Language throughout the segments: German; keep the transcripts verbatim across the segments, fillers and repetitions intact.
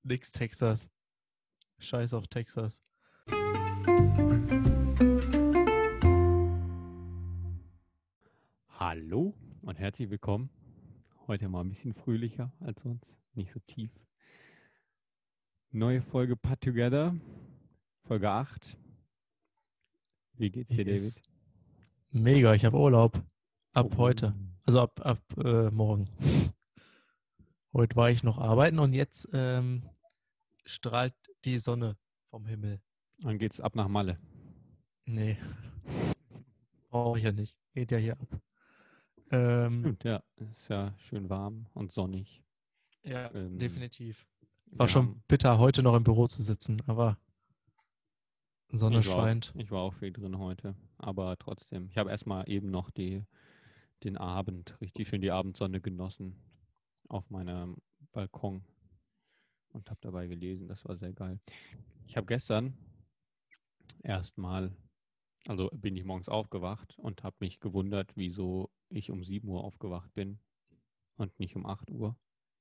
Nix Texas. Scheiß auf Texas. Hallo und herzlich willkommen. Heute mal ein bisschen fröhlicher als sonst, nicht so tief. Neue Folge Put Together, Folge acht. Wie geht's dir, Yes. David? Mega, ich habe Urlaub. Ab Oh. heute. Also ab, ab äh, morgen. Heute war ich noch arbeiten und jetzt ähm, strahlt die Sonne vom Himmel. Dann geht's ab nach Malle. Nee, brauche ich ja nicht. Geht ja hier ab. Ähm, Stimmt, ja. Ist ja schön warm und sonnig. ja, Ähm, definitiv. War wir schon haben, bitter, heute noch im Büro zu sitzen, aber Sonne ich war auch, scheint. ich war auch viel drin heute, aber trotzdem. Ich habe erstmal eben noch die, den Abend, richtig schön die Abendsonne genossen auf meinem Balkon und habe dabei gelesen. Das war sehr geil. Ich habe gestern erstmal, also bin ich morgens aufgewacht und habe mich gewundert, wieso ich um sieben Uhr aufgewacht bin und nicht um acht Uhr.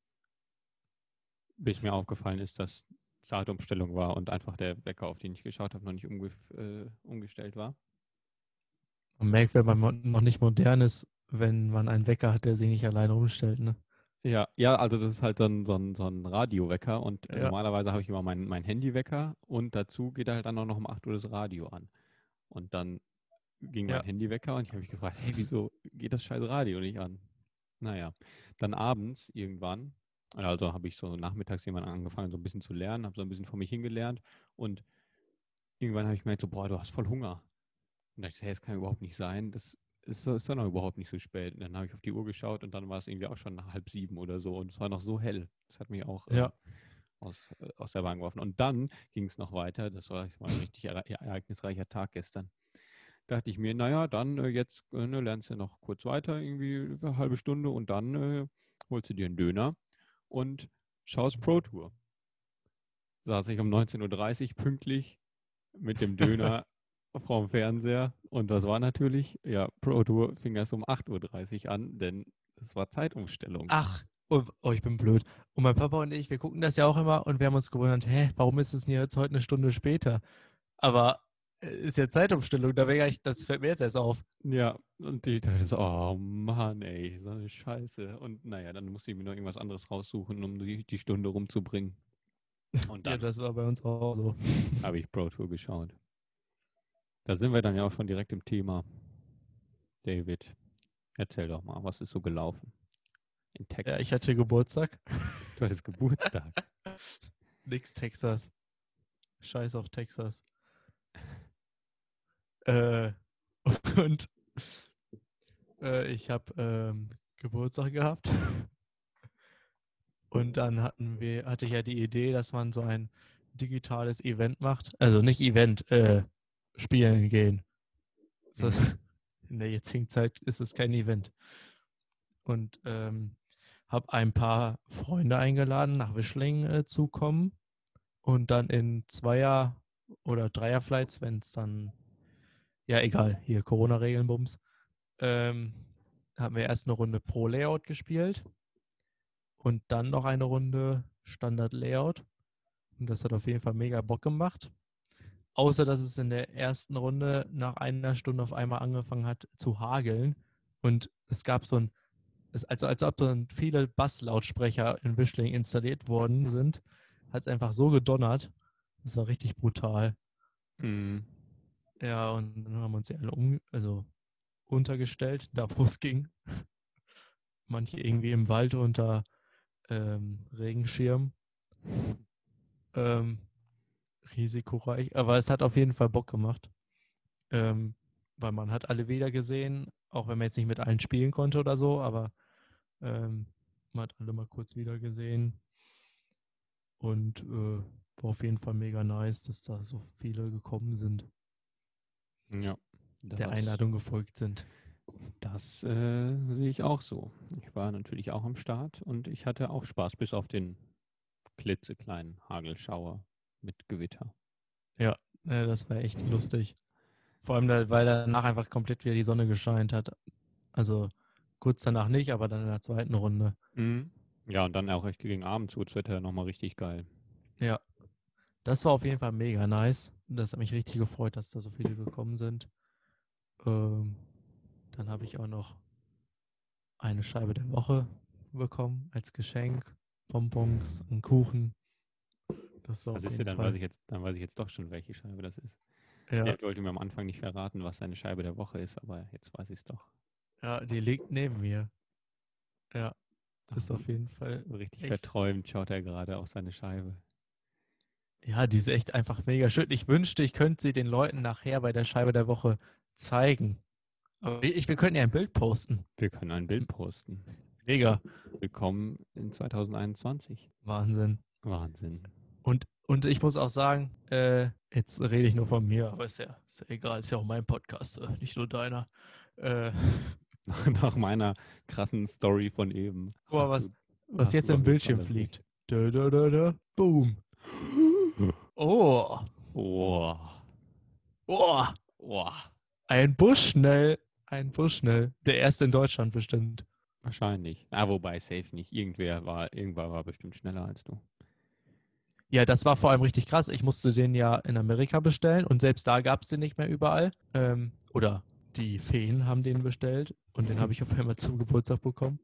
Bis mir aufgefallen ist, dass Zeitumstellung war und einfach der Wecker, auf den ich geschaut habe, noch nicht umge äh, umgestellt war. Man merkt, wenn man mo- noch nicht modern ist, wenn man einen Wecker hat, der sich nicht alleine umstellt. Ne? Ja, ja, also das ist halt so ein, so ein, so ein Radiowecker und äh, Ja, normalerweise habe ich immer meinen mein Handywecker und dazu geht halt dann auch noch um acht Uhr das Radio an. Und dann ging mein ja. Handywecker und ich habe mich gefragt, hey, wieso geht das scheiß Radio nicht an? Naja, dann abends irgendwann, also habe ich so nachmittags jemand angefangen, so ein bisschen zu lernen, habe so ein bisschen vor mich hingelernt und irgendwann habe ich gemerkt, so, boah, du hast voll Hunger. Und da dachte ich, hey, das kann überhaupt nicht sein, das ist, ist dann noch überhaupt nicht so spät. Und dann habe ich auf die Uhr geschaut und dann war es irgendwie auch schon halb sieben oder so und es war noch so hell. Das hat mich auch äh, Ja, aus, äh, aus der Bahn geworfen. Und dann ging es noch weiter, das war, das war ein richtig ere ereignisreicher Tag gestern. Dachte ich mir, naja, dann äh, jetzt äh, ne, lernst du noch kurz weiter, irgendwie für eine halbe Stunde und dann äh, holst du dir einen Döner und schaust Pro Tour. Saß ich um neunzehn Uhr dreißig pünktlich mit dem Döner vorm Fernseher und das war natürlich, ja, Pro Tour fing erst um acht Uhr dreißig an, denn es war Zeitumstellung. ach, oh, oh, ich bin blöd. Und mein Papa und ich, wir gucken das ja auch immer und wir haben uns gewundert, hä, warum ist es denn jetzt heute eine Stunde später? Aber äh, ist ja Zeitumstellung, da wäre ich, das fällt mir jetzt erst auf. Ja, und ich dachte so, oh Mann, ey, so eine Scheiße. Und naja, dann musste ich mir noch irgendwas anderes raussuchen, um die, die Stunde rumzubringen. Und Ja, dann das war bei uns auch so. habe ich Pro Tour geschaut. Da sind wir dann ja auch schon direkt im Thema. David, erzähl doch mal, was ist so gelaufen in Ja, ich Texas? hatte Geburtstag. Du hattest Geburtstag. Nix Texas. Scheiß auf Texas. Äh, und äh, ich habe ähm, Geburtstag gehabt. Und dann hatten wir, hatte ich ja die Idee, dass man so ein digitales Event macht. Also nicht Event, äh, spielen gehen. So, Mhm. in der jetzigen Zeit ist es kein Event. Und ähm, habe ein paar Freunde eingeladen, nach Wischling äh, zu kommen. Und dann in Zweier- oder Dreier-Flights, wenn es dann, ja egal, hier Corona-Regeln, Bums, ähm, haben wir erst eine Runde Pro-Layout gespielt und dann noch eine Runde Standard-Layout. Und das hat auf jeden Fall mega Bock gemacht. Außer, dass es in der ersten Runde nach einer Stunde auf einmal angefangen hat zu hageln. Und es gab so ein, es, also als ob so viele Basslautsprecher in Wischling installiert worden sind, hat es einfach so gedonnert. Das war richtig brutal. Mhm. Ja, und dann haben wir uns ja alle um, also untergestellt, da wo es ging. Manche irgendwie im Wald unter ähm, Regenschirm. Ähm, risikoreich, aber es hat auf jeden Fall Bock gemacht. Ähm, weil man hat alle wieder gesehen, auch wenn man jetzt nicht mit allen spielen konnte oder so, aber ähm, man hat alle mal kurz wieder gesehen. Und äh, war auf jeden Fall mega nice, dass da so viele gekommen sind, Ja, der das, Einladung gefolgt sind. das äh, sehe ich auch so. Ich war natürlich auch am Start und ich hatte auch Spaß, bis auf den klitzekleinen Hagelschauer mit Gewitter. Ja, äh, das war echt lustig. Vor allem, da, weil danach einfach komplett wieder die Sonne gescheint hat. Also kurz danach nicht, aber dann in der zweiten Runde. Mhm. Ja, und dann auch echt gegen Abend wird das Wetter nochmal richtig geil. Ja, das war auf jeden Fall mega nice. Das hat mich richtig gefreut, dass da so viele gekommen sind. Ähm, dann habe ich auch noch eine Scheibe der Woche bekommen als Geschenk. Bonbons und Kuchen. Das war Was auf ist dir, jeden dann weiß Fall. ich jetzt, dann weiß ich jetzt doch schon, welche Scheibe das ist. Ja, Der wollte mir am Anfang nicht verraten, was seine Scheibe der Woche ist, aber jetzt weiß ich es doch. ja, die liegt neben mir. Ja, ist Ach, auf jeden Fall richtig echt. verträumt schaut er gerade auf seine Scheibe. Ja, die ist echt einfach mega schön. Ich wünschte, ich könnte sie den Leuten nachher bei der Scheibe der Woche zeigen. Aber ich, wir könnten ja ein Bild posten. Wir können ein Bild posten. Mega. Willkommen in zwanzig einundzwanzig. Wahnsinn. Wahnsinn. Und, und ich muss auch sagen, äh, jetzt rede ich nur von mir, aber ist ja, ist ja egal, ist ja auch mein Podcast, äh, nicht nur deiner. Äh, Nach meiner krassen Story von eben. guck mal, Hast was, du, was hast jetzt du auf im jeden Fall Bildschirm das nicht. fliegt. Da, da, da, da. Boom. Oh. Oh. Oh. Oh. Ein Busschnell. Ein Busschnell. Der erste in Deutschland bestimmt. Wahrscheinlich. Ah, wobei, safe nicht. Irgendwer war, irgendwer war bestimmt schneller als du. Ja, das war vor allem richtig krass. Ich musste den ja in Amerika bestellen und selbst da gab es den nicht mehr überall. Ähm, oder die Feen haben den bestellt und den habe ich auf einmal zum Geburtstag bekommen.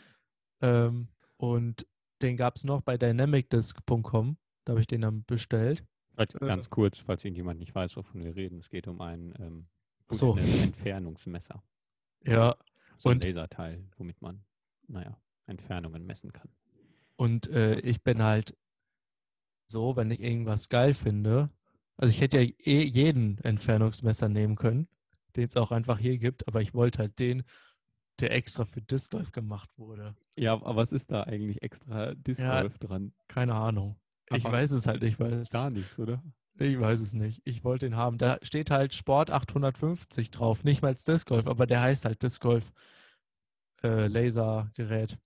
Ähm, und den gab es noch bei dynamicdisk punkt com. Da habe ich den dann bestellt. Vielleicht Äh, ganz kurz, falls irgendjemand nicht weiß, wovon wir reden. Es geht um ein ähm, so, Busschnell-Entfernungsmesser. ja. So ein Und, Laserteil, womit man, naja, Entfernungen messen kann. und äh, ich bin halt so, wenn ich irgendwas geil finde. Also ich hätte ja eh jeden Entfernungsmesser nehmen können, den es auch einfach hier gibt, aber ich wollte halt den, der extra für Disc Golf gemacht wurde. Ja, aber was ist da eigentlich extra Disc Ja, Golf dran? keine Ahnung. Ich Einfach weiß es halt nicht, weil es, gar nichts, oder? ich weiß es nicht. Ich wollte den haben. Da steht halt Sport achthundertfünfzig drauf, nicht mal als Disc Golf, aber der heißt halt Disc Golf äh, Lasergerät.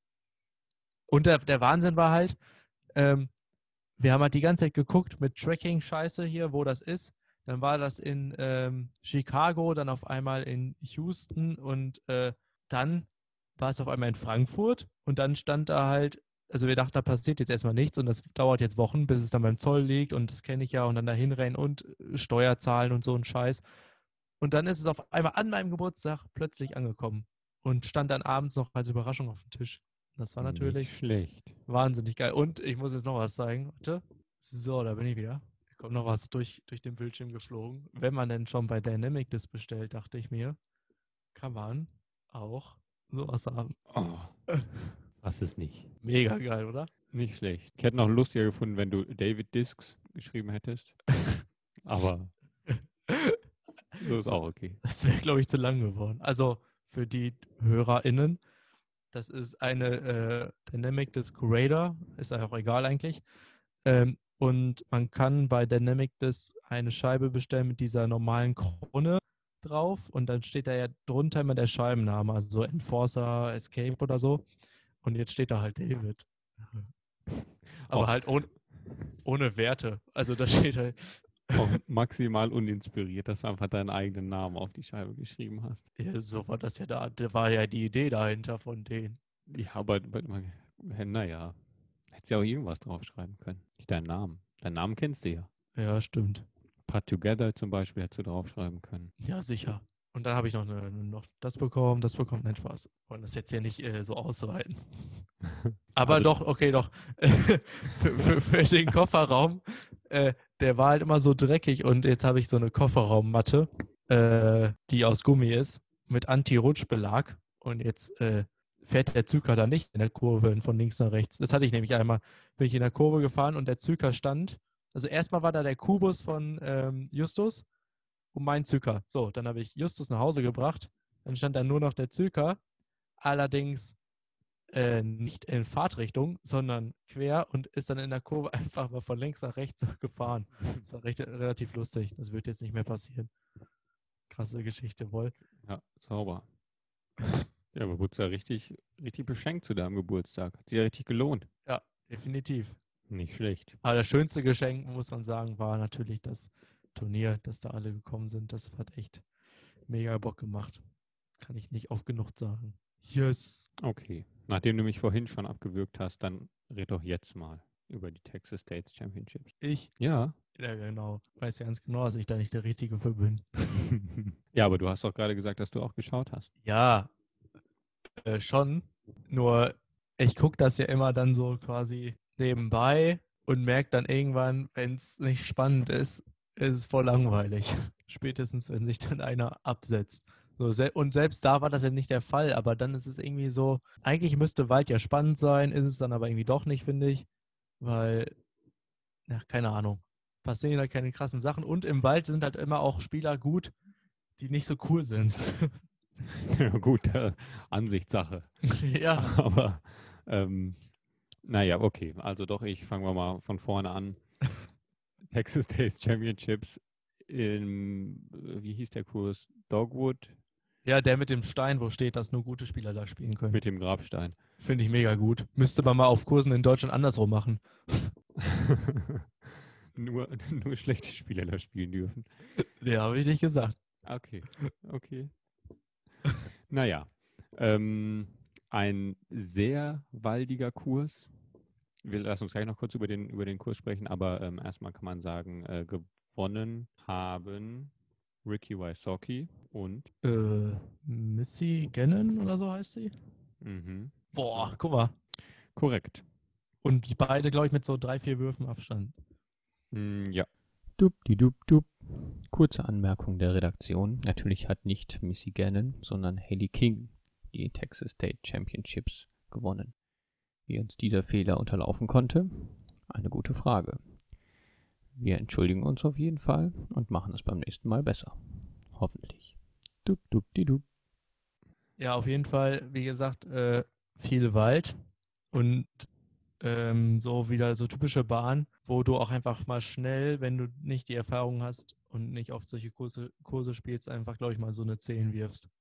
Und der, der Wahnsinn war halt, ähm, wir haben halt die ganze Zeit geguckt mit Tracking-Scheiße hier, wo das ist. Dann war das in ähm, Chicago, dann auf einmal in Houston und äh, dann war es auf einmal in Frankfurt und dann stand da halt, also wir dachten, da passiert jetzt erstmal nichts und das dauert jetzt Wochen, bis es dann beim Zoll liegt und das kenne ich ja und dann dahin rennen und äh, Steuer zahlen und so ein Scheiß. Und dann ist es auf einmal an meinem Geburtstag plötzlich angekommen und stand dann abends noch als Überraschung auf dem Tisch. Das war Nicht natürlich schlecht. wahnsinnig geil. Und ich muss jetzt noch was zeigen. Warte. So, da bin ich wieder. Da kommt noch was durch, durch den Bildschirm geflogen. Wenn man denn schon bei Dynamic das bestellt, dachte ich mir, kann man auch sowas haben. Oh, was ist nicht? Mega geil, oder? Nicht schlecht. Ich hätte noch lustiger gefunden, wenn du David Discs geschrieben hättest. Aber so ist auch okay. Das wäre, glaube ich, zu lang geworden. Also für die HörerInnen, das ist eine äh, Dynamic Disc Radar, ist auch egal eigentlich. Ähm, und man kann bei Dynamic Disc eine Scheibe bestellen mit dieser normalen Krone drauf und dann steht da ja drunter immer der Scheibenname, also so Enforcer, Escape oder so. Und jetzt steht da halt David. Aber Auch, halt ohne, ohne Werte. Also da steht halt. auch maximal uninspiriert, dass du einfach deinen eigenen Namen auf die Scheibe geschrieben hast. Ja, so war das ja da. Da war ja die Idee dahinter von denen. Ja, aber, aber naja, hättest ja auch irgendwas draufschreiben können. Nicht deinen Namen. Deinen Namen kennst du ja. Ja, stimmt. Part Together zum Beispiel hättest du draufschreiben können. Ja, sicher. Und dann habe ich noch, eine, noch das bekommen, das bekommen. Nein, Spaß. Wollen das jetzt ja nicht äh, so ausweiten. Aber Also- doch, okay, doch. für, für, für den Kofferraum, äh, der war halt immer so dreckig und jetzt habe ich so eine Kofferraummatte, äh, die aus Gummi ist, mit Anti-Rutschbelag. Und jetzt äh, fährt der Zyker da nicht in der Kurve von links nach rechts. Das hatte ich nämlich einmal. Bin ich in der Kurve gefahren und der Zyker stand. Also erstmal war da der Kubus von ähm, Justus und mein Zyker. So, dann habe ich Justus nach Hause gebracht. Dann stand da nur noch der Zyker. Allerdings äh, nicht in Fahrtrichtung, sondern quer und ist dann in der Kurve einfach mal von links nach rechts gefahren. Das war recht, relativ lustig. Das wird jetzt nicht mehr passieren. Krasse Geschichte wohl. Ja, sauber. Ja, aber wurdest ja richtig, richtig beschenkt zu deinem Geburtstag. Hat sich ja richtig gelohnt. Ja, definitiv. Nicht schlecht. Aber das schönste Geschenk, muss man sagen, war natürlich das Turnier, dass da alle gekommen sind. Das hat echt mega Bock gemacht. Kann ich nicht oft genug sagen. Yes. Okay. Nachdem du mich vorhin schon abgewürgt hast, dann red doch jetzt mal. Über die Texas States Championships. Ich? Ja. Ja, genau. Weiß ganz genau, dass ich da nicht der Richtige für bin. Ja, aber du hast doch gerade gesagt, dass du auch geschaut hast. Ja, äh, schon. Nur ich gucke das ja immer dann so quasi nebenbei und merke dann irgendwann, wenn es nicht spannend ist, ist es voll langweilig. Spätestens, wenn sich dann einer absetzt. So, se und selbst da war das ja nicht der Fall, aber dann ist es irgendwie so, eigentlich müsste Wald ja spannend sein, ist es dann aber irgendwie doch nicht, finde ich. Weil, ja, keine Ahnung. Passieren halt keine krassen Sachen. Und im Wald sind halt immer auch Spieler gut, die nicht so cool sind. Ja, gut, äh, Ansichtssache. Ja. Aber, ähm, naja, okay. Also doch, ich fangen wir mal von vorne an. Texas States Championships in, äh, wie hieß der Kurs? Dogwood Ja, der mit dem Stein, wo steht, dass nur gute Spieler da spielen können. mit dem Grabstein. Finde ich mega gut. Müsste man mal auf Kursen in Deutschland andersrum machen. nur, nur schlechte Spieler da spielen dürfen. Ja, habe ich nicht gesagt. Okay, okay. Naja, ähm, ein sehr waldiger Kurs. Wir lassen uns gleich noch kurz über den, über den Kurs sprechen, aber ähm, erstmal kann man sagen, äh, gewonnen haben Ricky Wysocki und Äh, Missy Gannon oder so heißt sie? mhm, Boah, guck mal. korrekt. Und die beide, glaube ich, mit so drei, vier Würfen Abstand. Mm, ja. Dub-di-dub-dub. Kurze Anmerkung der Redaktion. Natürlich hat nicht Missy Gannon, sondern Hailey King die Texas State Championships gewonnen. Wie uns dieser Fehler unterlaufen konnte? Eine gute Frage. Wir entschuldigen uns auf jeden Fall und machen es beim nächsten Mal besser. Hoffentlich. Dub-dub-di-dub. Ja, auf jeden Fall, wie gesagt, äh, viel Wald und ähm, so wieder so typische Bahn, wo du auch einfach mal schnell, wenn du nicht die Erfahrung hast und nicht oft solche Kurse, Kurse spielst, einfach, glaube ich, mal so eine zehn wirfst.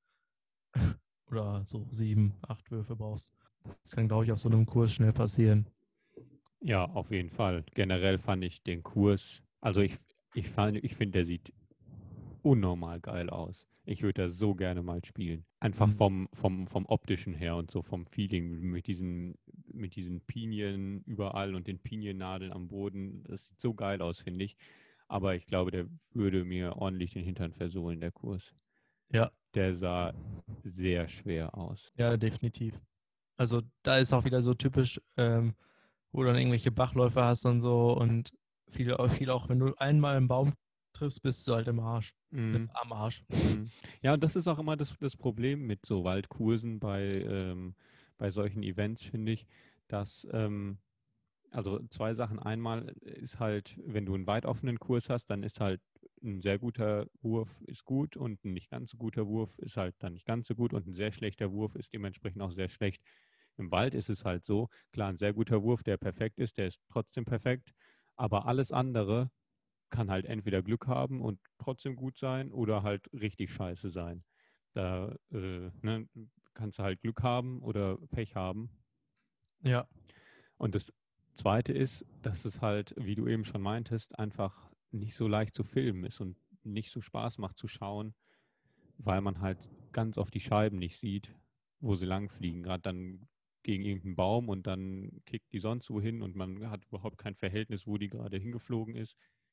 Oder so sieben, acht Würfe brauchst. Das kann, glaube ich, auf so einem Kurs schnell passieren. Ja, auf jeden Fall. Generell fand ich den Kurs, also ich, ich, fand- ich finde, der sieht unnormal geil aus. Ich würde da so gerne mal spielen. Einfach Mhm. vom, vom, vom optischen her und so vom Feeling mit diesen, mit diesen Pinien überall und den Piniennadeln am Boden. Das sieht so geil aus, finde ich. Aber ich glaube, der würde mir ordentlich den Hintern versohlen, der Kurs. Ja, Der sah sehr schwer aus. ja, definitiv. Also da ist auch wieder so typisch, ähm, wo du dann irgendwelche Bachläufe hast und so und viel, viel auch, wenn du einmal im Baum triffst, bist du halt im Arsch. Äh, Mhm. am Arsch. Mhm. Ja, und das ist auch immer das, das Problem mit so Waldkursen bei, ähm, bei solchen Events, finde ich, dass, ähm, also zwei Sachen. Einmal ist halt, wenn du einen weit offenen Kurs hast, dann ist halt ein sehr guter Wurf ist gut und ein nicht ganz so guter Wurf ist halt dann nicht ganz so gut und ein sehr schlechter Wurf ist dementsprechend auch sehr schlecht. Im Wald ist es halt so, klar, ein sehr guter Wurf, der perfekt ist, der ist trotzdem perfekt, aber alles andere kann halt entweder Glück haben und trotzdem gut sein oder halt richtig scheiße sein. Da äh, ne, kannst du halt Glück haben oder Pech haben. Ja, Und das Zweite ist, dass es halt, wie du eben schon meintest, einfach nicht so leicht zu filmen ist und nicht so Spaß macht zu schauen, weil man halt ganz oft die Scheiben nicht sieht, wo sie langfliegen. Gerade dann gegen irgendeinen Baum und dann kickt die sonst wohin und man hat überhaupt kein Verhältnis, wo die gerade hingeflogen ist.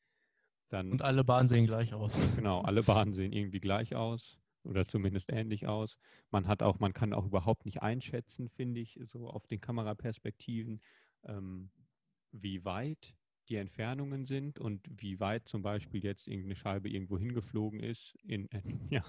Dann und alle Bahnen sehen gleich aus. Genau, alle Bahnen sehen irgendwie gleich aus oder zumindest ähnlich aus. Man hat auch, man kann auch überhaupt nicht einschätzen, finde ich, so auf den Kameraperspektiven, ähm, wie weit die Entfernungen sind und wie weit zum Beispiel jetzt irgendeine Scheibe irgendwo hingeflogen ist, in, äh, ja,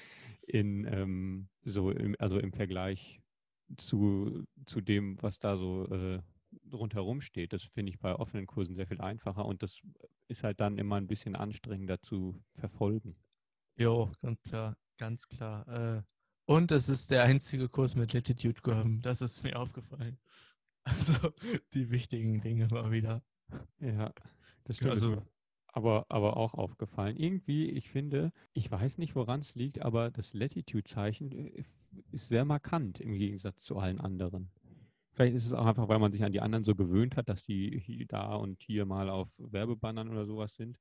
in ähm, so im, also im Vergleich zu, zu dem, was da so äh, rundherum steht. Das finde ich bei offenen Kursen sehr viel einfacher und das ist halt dann immer ein bisschen anstrengender zu verfolgen. Jo, ganz klar, ganz klar. Äh, und es ist der einzige Kurs mit Latitude Curven. Das ist mir aufgefallen. Also die wichtigen Dinge mal wieder. Ja, das stimmt, ist Also, mir aber, aber auch aufgefallen. Irgendwie, ich finde, ich weiß nicht, woran es liegt, aber das Latitude-Zeichen äh, ist sehr markant im Gegensatz zu allen anderen. Vielleicht ist es auch einfach, weil man sich an die anderen so gewöhnt hat, dass die hier, da und hier mal auf Werbebannern oder sowas sind.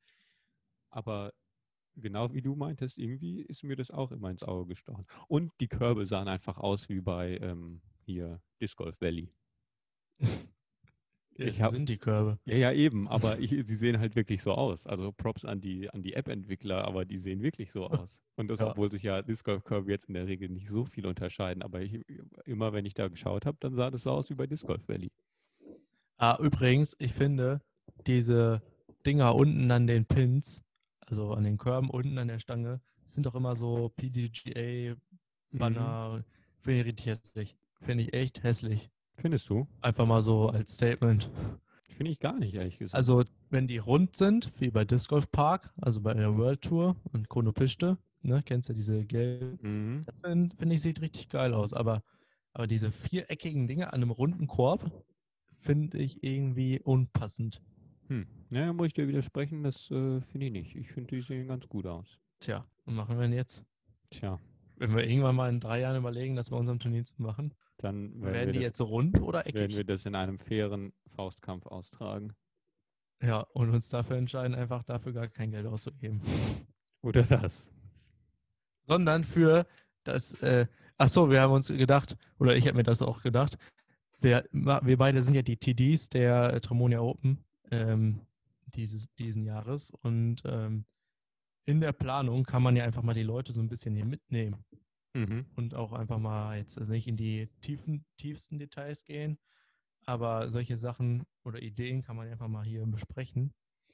Aber genau wie du meintest, irgendwie ist mir das auch immer ins Auge gestochen. Und die Körbe sahen einfach aus wie bei ähm, hier Disc Golf Valley. Ich hab, sind die Körbe. ja, ja, eben, aber ich, sie sehen halt wirklich so aus. Also Props an die, an die App-Entwickler, aber die sehen wirklich so aus. Und das, Ja. obwohl sich ja Disc Golf Körbe jetzt in der Regel nicht so viel unterscheiden. Aber ich, immer wenn ich da geschaut habe, dann sah das so aus wie bei Disc Golf Valley. Ah, übrigens, ich finde, diese Dinger unten an den Pins, also an den Körben unten an der Stange, sind doch immer so P D G A-Banner. Mhm. Finde ich richtig hässlich. Finde ich echt hässlich. Findest du? Einfach mal so als Statement. Finde ich gar nicht, ehrlich gesagt. Also, wenn die rund sind, wie bei Disc Golf Park, also bei der World Tour und Chrono Piste, ne, kennst du diese gelben? Mhm. Das finde find ich, sieht richtig geil aus. Aber, aber diese viereckigen Dinge an einem runden Korb finde ich irgendwie unpassend. Hm. Naja, muss ich dir widersprechen, das äh, finde ich nicht. Ich finde, die sehen ganz gut aus. Tja, was machen wir denn jetzt? Tja, Wenn wir irgendwann mal in drei Jahren überlegen, das bei unserem Turnier zu machen, dann werden, werden wir die das, jetzt rund oder werden eckig? wir das in einem fairen Faustkampf austragen. Ja, und uns dafür entscheiden, einfach dafür gar kein Geld auszugeben. Oder das. Sondern für das, äh, ach so, wir haben uns gedacht, oder ich habe mir das auch gedacht, wir, wir beide sind ja die T Ds der Tremonia Open ähm, dieses, diesen Jahres und ähm, in der Planung kann man ja einfach mal die Leute so ein bisschen hier mitnehmen Mhm. und auch einfach mal jetzt also nicht in die tiefen, tiefsten Details gehen, aber solche Sachen oder Ideen kann man einfach mal hier besprechen.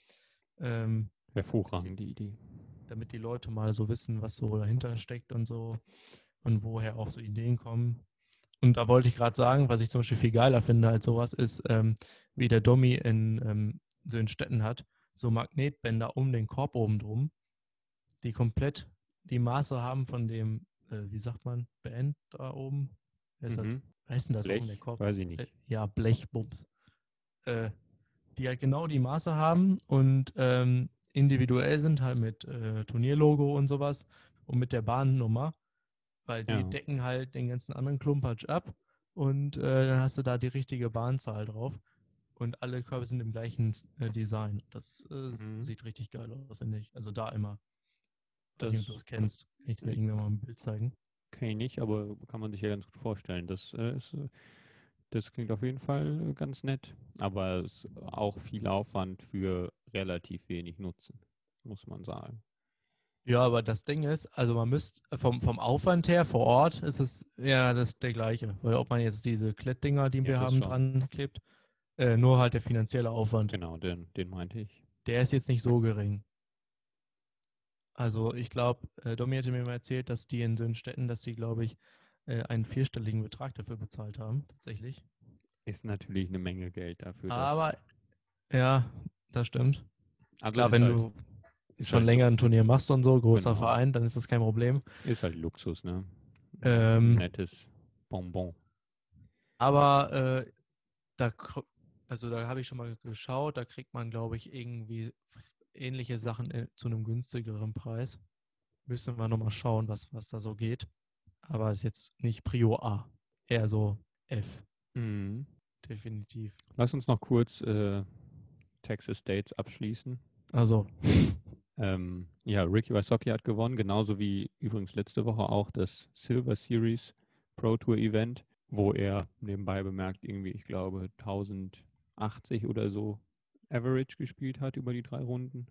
Ähm, Hervorragende Idee. damit die Leute mal so wissen, was so dahinter steckt und so und woher auch so Ideen kommen. Und da wollte ich gerade sagen, was ich zum Beispiel viel geiler finde als sowas, ist, ähm, wie der Domi in ähm, so in Städten hat, so Magnetbänder um den Korb oben drum, die komplett die Maße haben von dem, äh, wie sagt man, Band da oben. Wer ist das? Mhm. Wer ist denn das Blech, oben, der Korb? weiß ich Äh, nicht. ja, Blechbums. Äh, die halt genau die Maße haben und ähm, individuell sind, halt mit äh, Turnierlogo und sowas und mit der Bahnnummer, weil die Ja. decken halt den ganzen anderen Klumpatsch ab und äh, dann hast du da die richtige Bahnzahl drauf und alle Körbe sind im gleichen äh, Design. Das äh, Mhm. sieht richtig geil aus, finde ich. Also da immer. Das Weiß nicht, ob du das kennst. Kann ich dir irgendwann mal ein Bild zeigen? kenne ich nicht, aber kann man sich ja ganz gut vorstellen. Das, äh, ist, äh, das klingt auf jeden Fall äh, ganz nett. Aber es ist auch viel Aufwand für relativ wenig Nutzen, muss man sagen. Ja, aber das Ding ist, also man müsste vom, vom Aufwand her vor Ort ist es ja das der gleiche. Weil ob man jetzt diese Klettdinger, die Ja, wir das haben, schon. dran klebt, äh, nur halt der finanzielle Aufwand. Genau, den, den meinte ich. Der ist jetzt nicht so gering. Also ich glaube, äh, Domi hatte mir mal erzählt, dass die in Söhnstetten, dass die, glaube ich, äh, einen vierstelligen Betrag dafür bezahlt haben, tatsächlich. Ist natürlich eine Menge Geld dafür. Dass, Aber ja, das stimmt. also Klar, ist wenn halt, du ist schon halt, länger ein Turnier machst und so, großer genau, Verein, dann ist das kein Problem. ist halt Luxus, ne? Ähm, Ein nettes Bonbon. aber äh, da, kr- also da habe ich schon mal geschaut, da kriegt man, glaube ich, irgendwie ähnliche Sachen äh, zu einem günstigeren Preis. Müssen wir nochmal schauen, was, was da so geht. Aber ist jetzt nicht Prio A, eher so F, Mhm. definitiv. Lass uns noch kurz äh, Texas States abschließen. Also, Ähm, ja, Ricky Wysocki hat gewonnen, genauso wie übrigens letzte Woche auch das Silver Series Pro Tour Event, wo er nebenbei bemerkt irgendwie, ich glaube, tausendachtzig oder so Average gespielt hat über die drei Runden.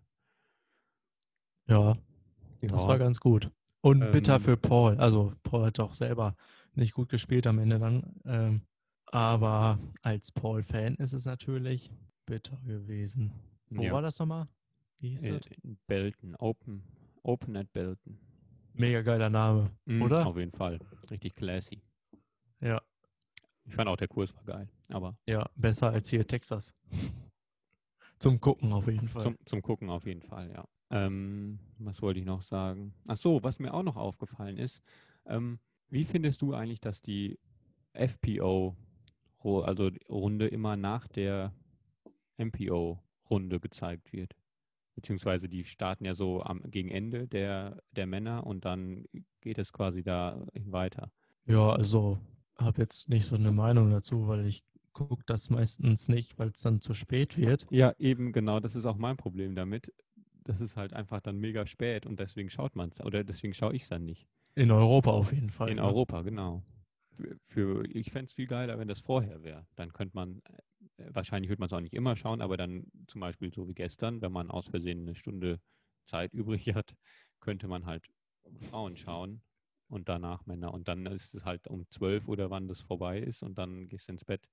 ja, das war Ja, ganz gut. Und bitter ähm, für Paul. Also, Paul hat auch selber nicht gut gespielt am Ende dann. Ähm, aber als Paul-Fan ist es natürlich bitter gewesen. Wo ja, war das nochmal? Wie hieß äh, das? in Belton, Open, Open at Belton. Mega geiler Name, Mhm, oder? auf jeden Fall, richtig classy. Ja, Ich fand auch, der Kurs war geil, aber ja, besser als hier Texas. Zum Gucken auf jeden Fall. zum, zum Gucken auf jeden Fall, ja. Ähm, was wollte ich noch sagen? Ach so, was mir auch noch aufgefallen ist, ähm, wie findest du eigentlich, dass die F P O, Ru- also die Runde immer nach der M P O-Runde gezeigt wird? Beziehungsweise die starten ja so am, gegen Ende der, der Männer und dann geht es quasi da weiter. Ja, also habe jetzt nicht so eine Meinung dazu, weil ich gucke das meistens nicht, weil es dann zu spät wird. Ja, eben genau, das ist auch mein Problem damit. Das ist halt einfach dann mega spät und deswegen schaut man es, oder deswegen schaue ich es dann nicht. In Europa auf jeden Fall. In Ne? Europa, genau. Für, für ich fände es viel geiler, wenn das vorher wäre. Dann könnte man äh, wahrscheinlich wird man es auch nicht immer schauen, aber dann zum Beispiel so wie gestern, wenn man aus Versehen eine Stunde Zeit übrig hat, könnte man halt Frauen schauen und danach Männer. Und dann ist es halt um zwölf oder wann das vorbei ist und dann gehst du ins Bett.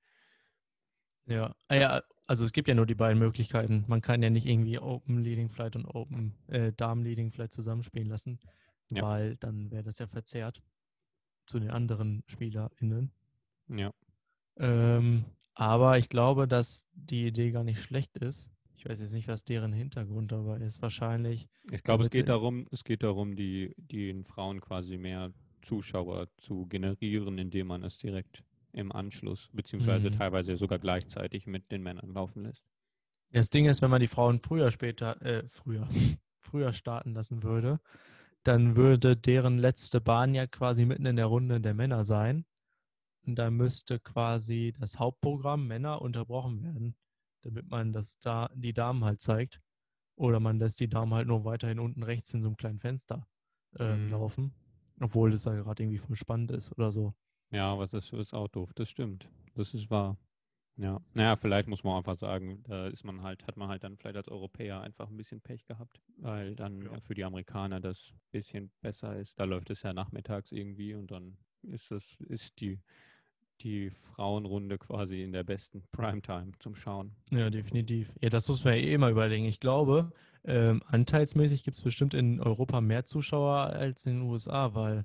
Ja, ah ja, also es gibt ja nur die beiden Möglichkeiten. Man kann ja nicht irgendwie Open Leading Flight und Open äh, Damen Leading Flight zusammenspielen lassen, Ja. weil dann wäre das ja verzerrt zu den anderen SpielerInnen. Ja. Ähm, aber ich glaube, dass die Idee gar nicht schlecht ist. Ich weiß jetzt nicht, was deren Hintergrund dabei ist. Wahrscheinlich, Ich glaube, es damit geht sie, darum, es geht darum, die, den Frauen quasi mehr Zuschauer zu generieren, indem man es direkt im Anschluss, beziehungsweise hm. teilweise sogar gleichzeitig mit den Männern laufen lässt. Das Ding ist, wenn man die Frauen früher, später, äh, früher, früher starten lassen würde, dann würde deren letzte Bahn ja quasi mitten in der Runde der Männer sein. Und da müsste quasi das Hauptprogramm Männer unterbrochen werden, damit man das da die Damen halt zeigt. Oder man lässt die Damen halt nur weiterhin unten rechts in so einem kleinen Fenster ähm, Mhm. laufen. Obwohl das da gerade irgendwie voll spannend ist oder so. Ja, was ist, ist auch doof. Das stimmt. Das ist wahr. Ja. Naja, vielleicht muss man einfach sagen, da ist man halt, hat man halt dann vielleicht als Europäer einfach ein bisschen Pech gehabt, weil dann Ja. ja, für die Amerikaner das ein bisschen besser ist. Da läuft es ja nachmittags irgendwie und dann ist es, ist die, die Frauenrunde quasi in der besten Primetime zum Schauen. Ja, definitiv. Ja, das muss man ja eh immer überlegen. Ich glaube, ähm, anteilsmäßig gibt es bestimmt in Europa mehr Zuschauer als in den U S A, weil,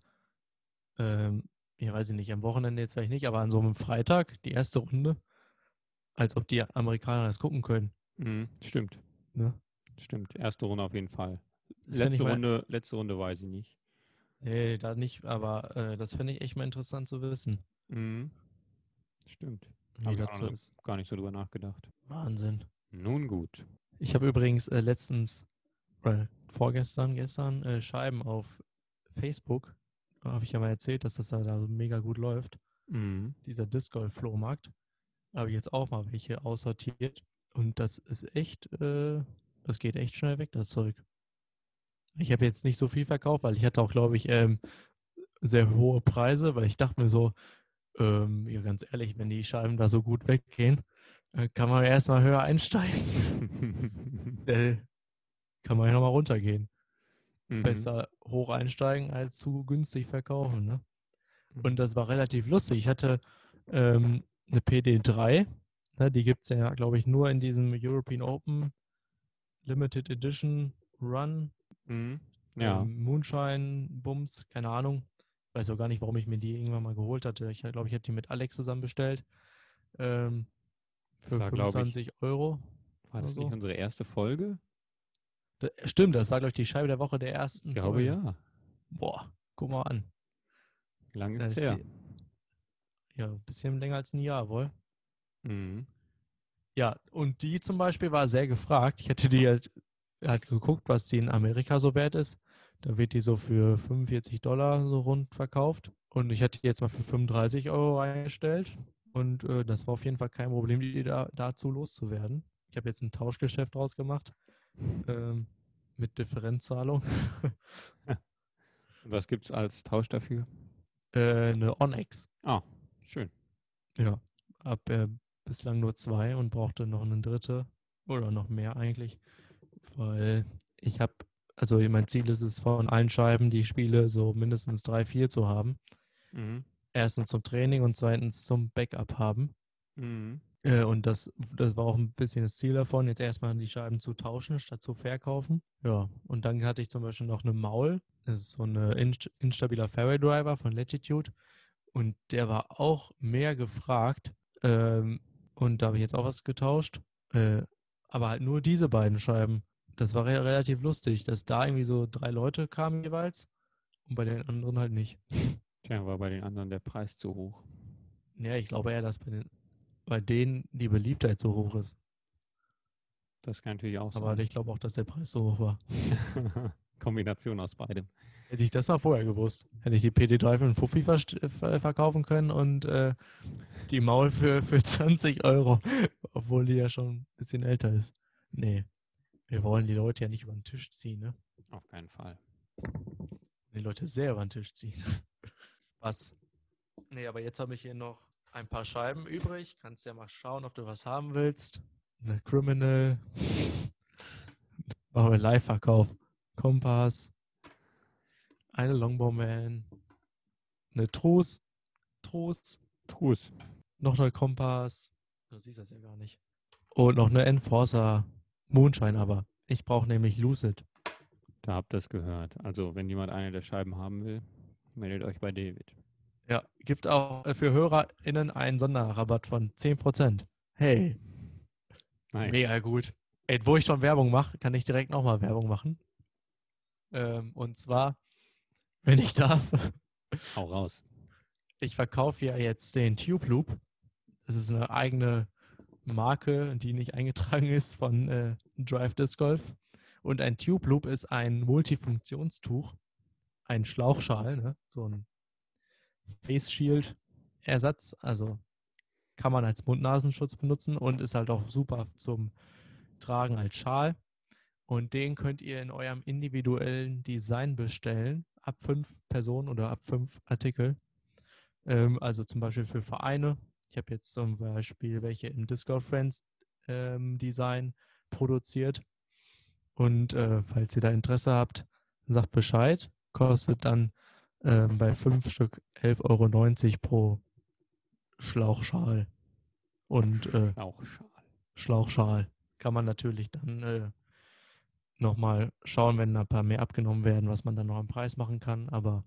ähm, ich weiß nicht, am Wochenende jetzt vielleicht nicht, aber an so einem Freitag, die erste Runde, als ob die Amerikaner das gucken können. Mhm, stimmt, Ne? stimmt. Erste Runde auf jeden Fall. Das fände ich Letzte mal, Runde, letzte Runde weiß ich nicht. nee, da nicht, aber äh, das fände ich echt mal interessant zu wissen, Mhm, stimmt. wie Habe ich das auch so noch ist. gar nicht so drüber nachgedacht. Wahnsinn. Nun gut. Ich habe übrigens äh, letztens, oder vorgestern, gestern, äh, Scheiben auf Facebook, habe ich ja mal erzählt, dass das da, da so mega gut läuft. Mhm. Dieser Disc Golf Flohmarkt. Habe ich jetzt auch mal welche aussortiert. Und das ist echt, äh, das geht echt schnell weg, das Zeug. Ich habe jetzt nicht so viel verkauft, weil ich hatte auch, glaube ich, ähm, sehr hohe Preise, weil ich dachte mir so, ähm, ja, ganz ehrlich, wenn die Scheiben da so gut weggehen, äh, kann man ja erstmal höher einsteigen. äh, kann man ja nochmal runtergehen. Mhm. Besser hoch einsteigen als zu günstig verkaufen. Ne? Mhm. Und das war relativ lustig. Ich hatte ähm, eine P D drei, ne, die gibt es ja, glaube ich, nur in diesem European Open Limited Edition Run, Mhm. Ja, ähm, Moonshine, Bums, keine Ahnung. Weiß auch gar nicht, warum ich mir die irgendwann mal geholt hatte. Ich glaube, ich hatte die mit Alex zusammen bestellt. Ähm, das für war, glaube ich, fünfundzwanzig Euro war oder das nicht so. unsere erste Folge? Da, stimmt, das war, glaube ich, die Scheibe der Woche der Ich ersten glaube Folge. ja. Boah, guck mal an. Lang Da ist's ist her. die, ja, ein bisschen länger als ein Jahr wohl. Mhm. Ja, und die zum Beispiel war sehr gefragt. Ich hätte die halt, halt geguckt, was die in Amerika so wert ist. Da wird die so für fünfundvierzig Dollar so rund verkauft. Und ich hatte die jetzt mal für fünfunddreißig Euro eingestellt. Und äh, das war auf jeden Fall kein Problem, die da, dazu loszuwerden. Ich habe jetzt ein Tauschgeschäft draus gemacht. Ähm, mit Differenzzahlung. Und was gibt's als Tausch dafür? äh, eine Onyx. Ah, schön. Ja, hab äh, bislang nur zwei und brauchte noch eine dritte. Oder noch mehr eigentlich. Weil ich habe, also mein Ziel ist es, von allen Scheiben, die ich spiele, so mindestens drei, vier zu haben. Mhm. Erstens zum Training und zweitens zum Backup haben. Mhm. Äh, und das, das war auch ein bisschen das Ziel davon, jetzt erstmal die Scheiben zu tauschen, statt zu verkaufen. Ja, und dann hatte ich zum Beispiel noch eine Maul. Das ist so ein inst instabiler Fairway Driver von Latitude. Und der war auch mehr gefragt. Ähm, und da habe ich jetzt auch was getauscht. Äh, aber halt nur diese beiden Scheiben. Das war re relativ lustig, dass da irgendwie so drei Leute kamen jeweils und bei den anderen halt nicht. Tja, war bei den anderen der Preis zu hoch. Ja, ich glaube eher, dass bei, den, bei denen die Beliebtheit so hoch ist. Das kann natürlich auch Aber sein. ich glaube auch, dass der Preis so hoch war. Kombination aus beidem. Hätte ich das mal vorher gewusst, hätte ich die P D drei für einen Fuffi ver verkaufen können und äh, die Maul für, für zwanzig Euro, obwohl die ja schon ein bisschen älter ist. Nee, wir wollen die Leute ja nicht über den Tisch ziehen, ne? Auf keinen Fall. Die Leute sehr über den Tisch ziehen. Was? Nee, aber jetzt habe ich hier noch ein paar Scheiben übrig. Kannst ja mal schauen, ob du was haben willst. Eine Criminal. Machen wir Live-Verkauf. Kompass. Eine Longbowman. Eine Truss. Truss. Truss. Noch eine Kompass. Du siehst das ja gar nicht. Und noch eine Enforcer. Moonshine aber. Ich brauche nämlich Lucid. Da habt ihr es gehört. Also, wenn jemand eine der Scheiben haben will, meldet euch bei David. Ja, gibt auch für HörerInnen einen Sonderrabatt von zehn Prozent. Hey. Nice. Mega gut. Ey, wo ich schon Werbung mache, kann ich direkt nochmal Werbung machen. Ähm, und zwar, wenn ich darf, Hau raus. ich verkaufe ja jetzt den Tube Loop. Das ist eine eigene Marke, die nicht eingetragen ist von äh, Drive Disc Golf. Und ein Tube Loop ist ein Multifunktionstuch, ein Schlauchschal, ne? So ein Face Shield Ersatz, also kann man als Mund-Nasenschutz benutzen und ist halt auch super zum Tragen als Schal. Und den könnt ihr in eurem individuellen Design bestellen, ab fünf Personen oder ab fünf Artikel. Ähm, also zum Beispiel für Vereine. Ich habe jetzt zum Beispiel welche im Disc Golf Friends ähm, Design produziert. Und äh, falls ihr da Interesse habt, sagt Bescheid. Kostet dann ähm, bei fünf Stück elf Euro neunzig pro Schlauchschal. Und äh, Schlauchschal. Schlauchschal kann man natürlich dann äh, nochmal schauen, wenn ein paar mehr abgenommen werden, was man dann noch am Preis machen kann. Aber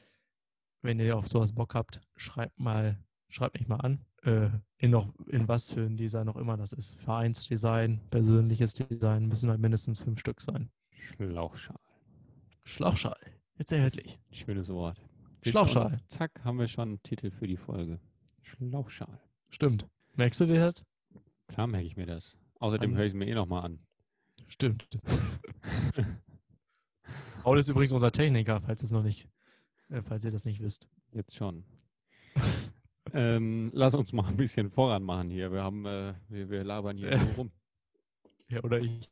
wenn ihr auf sowas Bock habt, schreibt mal, schreibt mich mal an. Äh, in noch in was für ein Design auch immer das ist. Vereinsdesign, persönliches Design, müssen halt mindestens fünf Stück sein. Schlauchschal. Schlauchschal. Jetzt erhältlich. Schönes Wort. Schlauchschal. Und zack, haben wir schon einen Titel für die Folge. Schlauchschal. Stimmt. Merkst du dir das? Klar merke ich mir das. Außerdem An- höre ich es mir eh nochmal an. Stimmt. Paul ist übrigens unser Techniker, falls, es noch nicht, äh, falls ihr das nicht wisst. Jetzt schon. ähm, lass uns mal ein bisschen voran machen hier. Wir haben, äh, wir, wir labern hier nur rum. Ja, oder ich.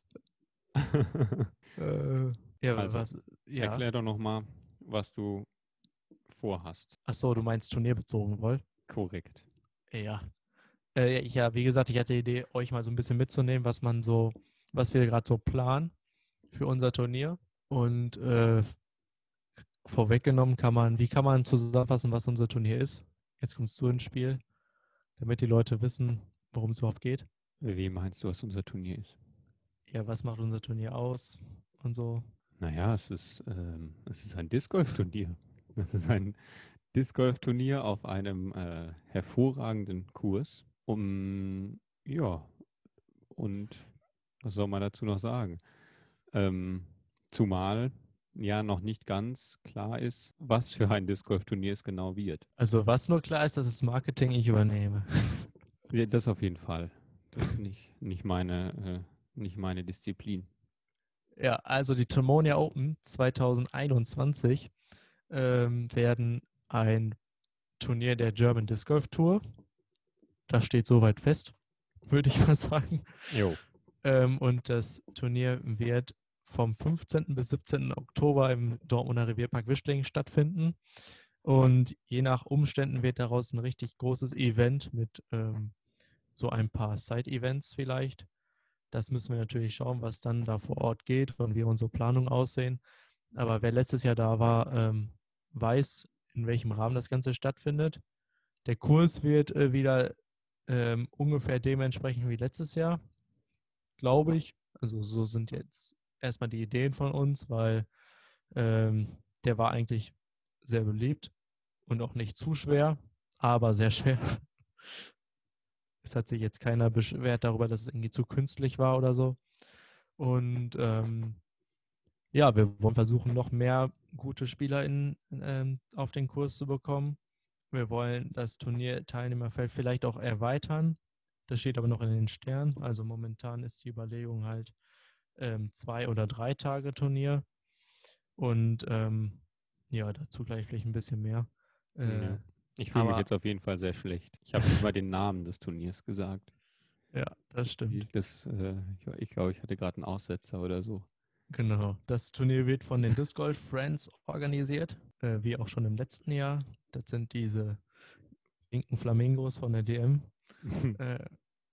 äh, ja, Also, was? Ja. Erklär doch nochmal, was du vorhast. Achso, du meinst turnierbezogen, wohl? Korrekt. Ja. Äh, ja, wie gesagt, ich hatte die Idee, euch mal so ein bisschen mitzunehmen, was man so, was wir gerade so planen für unser Turnier. Und äh, vorweggenommen kann man, wie kann man zusammenfassen, was unser Turnier ist? Jetzt kommst du ins Spiel, damit die Leute wissen, worum es überhaupt geht. Wie meinst du, was unser Turnier ist? Ja, was macht unser Turnier aus und so? Naja, es ist, ähm, es ist ein Disc Golf Turnier. Es ist ein Disc Golf Turnier auf einem äh, hervorragenden Kurs. Um, ja, und was soll man dazu noch sagen? Ähm, zumal ja noch nicht ganz klar ist, was für ein Disc Golf Turnier es genau wird. Also was nur klar ist, dass das Marketing ich übernehme. Ja, das auf jeden Fall. Das ist nicht, nicht, meine, äh, nicht meine Disziplin. Ja, also die Timonia Open zwanzig einundzwanzig ähm, werden ein Turnier der German Disc Golf Tour. Das steht soweit fest, würde ich mal sagen. Jo. Ähm, und das Turnier wird vom fünfzehnten bis siebzehnten Oktober im Dortmunder Revierpark Wischlingen stattfinden. Und je nach Umständen wird daraus ein richtig großes Event mit ähm, so ein paar Side-Events vielleicht. Das müssen wir natürlich schauen, was dann da vor Ort geht und wie unsere Planungen aussehen. Aber wer letztes Jahr da war, ähm, weiß, in welchem Rahmen das Ganze stattfindet. Der Kurs wird äh, wieder ähm, ungefähr dementsprechend wie letztes Jahr, glaube ich. Also so sind jetzt erstmal die Ideen von uns, weil ähm, der war eigentlich sehr beliebt und auch nicht zu schwer, aber sehr schwer. Es hat sich jetzt keiner beschwert darüber, dass es irgendwie zu künstlich war oder so. Und ähm, ja, wir wollen versuchen, noch mehr gute Spieler in, ähm, auf den Kurs zu bekommen. Wir wollen das Turnierteilnehmerfeld vielleicht auch erweitern. Das steht aber noch in den Sternen. Also momentan ist die Überlegung halt ähm, zwei- oder drei Tage Turnier. Und ähm, ja, dazu gleich vielleicht ein bisschen mehr. Äh, Ja. Ich fühle mich aber- jetzt auf jeden Fall sehr schlecht. Ich habe nicht mal den Namen des Turniers gesagt. Ja, das stimmt. Das, äh, ich, ich glaube, ich hatte gerade einen Aussetzer oder so. Genau. Das Turnier wird von den Disc Golf Friends organisiert, äh, wie auch schon im letzten Jahr. Das sind diese pinken Flamingos von der D M. äh,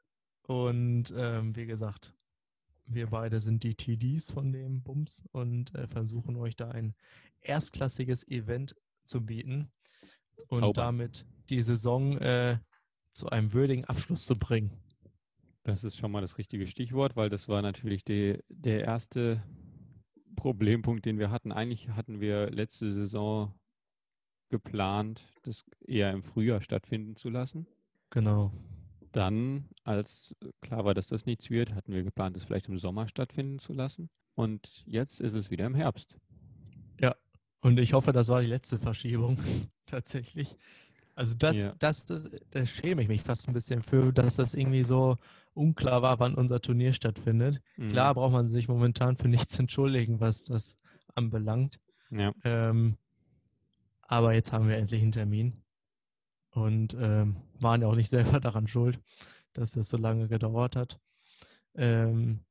und ähm, wie gesagt, wir beide sind die T Ds von dem Bums und äh, versuchen euch da ein erstklassiges Event zu bieten und Zaubern. damit die Saison äh, zu einem würdigen Abschluss zu bringen. Das ist schon mal das richtige Stichwort, weil das war natürlich die, der erste Problempunkt, den wir hatten. Eigentlich hatten wir letzte Saison geplant, das eher im Frühjahr stattfinden zu lassen. Genau. Dann, als klar war, dass das nichts wird, hatten wir geplant, es vielleicht im Sommer stattfinden zu lassen. Und jetzt ist es wieder im Herbst. Ja, und ich hoffe, das war die letzte Verschiebung tatsächlich. Also das, Ja. das, das, da schäme ich mich fast ein bisschen für, dass das irgendwie so unklar war, wann unser Turnier stattfindet. Mhm. Klar braucht man sich momentan für nichts entschuldigen, was das anbelangt. Ja. Ähm, aber jetzt haben wir endlich einen Termin und ähm, waren ja auch nicht selber daran schuld, dass das so lange gedauert hat. Ähm,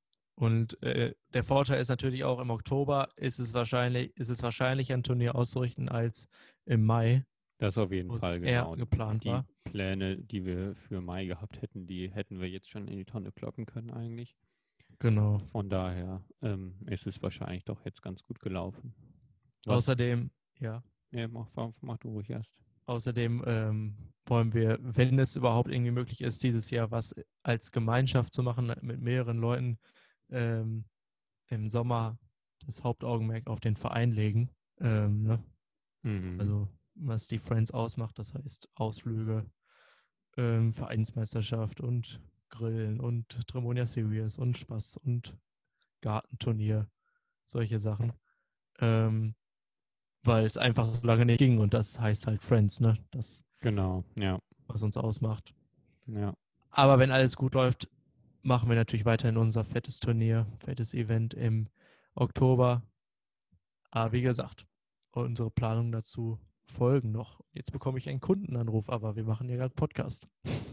und äh, der Vorteil ist natürlich auch, im Oktober ist es wahrscheinlich, ist es wahrscheinlich ein Turnier auszurichten als im Mai, Das auf jeden wo es Fall, eher genau. geplant Die war. Pläne, die wir für Mai gehabt hätten, die hätten wir jetzt schon in die Tonne kloppen können eigentlich. Genau. Von daher ähm, ist es wahrscheinlich doch jetzt ganz gut gelaufen. Was? Außerdem, ja. Nee, mach, mach du ruhig erst. Außerdem ähm, wollen wir, wenn es überhaupt irgendwie möglich ist, dieses Jahr was als Gemeinschaft zu machen mit mehreren Leuten, ähm, im Sommer das Hauptaugenmerk auf den Verein legen. Ähm, ne? Mhm. Also was die Friends ausmacht, das heißt Ausflüge, ähm, Vereinsmeisterschaft und Grillen und Tremonia Series und Spaß und Gartenturnier, solche Sachen. Ähm, weil es einfach so lange nicht ging und das heißt halt Friends, ne? Das, Genau, ja. was uns ausmacht. Ja. Aber wenn alles gut läuft, machen wir natürlich weiterhin unser fettes Turnier, fettes Event im Oktober. Aber wie gesagt, unsere Planungen dazu folgen noch. Jetzt bekomme ich einen Kundenanruf, aber wir machen ja gerade Podcast.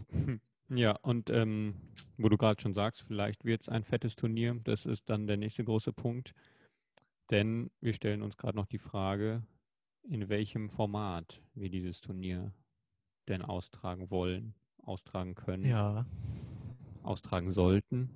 Ja, und ähm, wo du gerade schon sagst, vielleicht wird es ein fettes Turnier. Das ist dann der nächste große Punkt. Denn wir stellen uns gerade noch die Frage, in welchem Format wir dieses Turnier denn austragen wollen, austragen können, Ja. austragen sollten.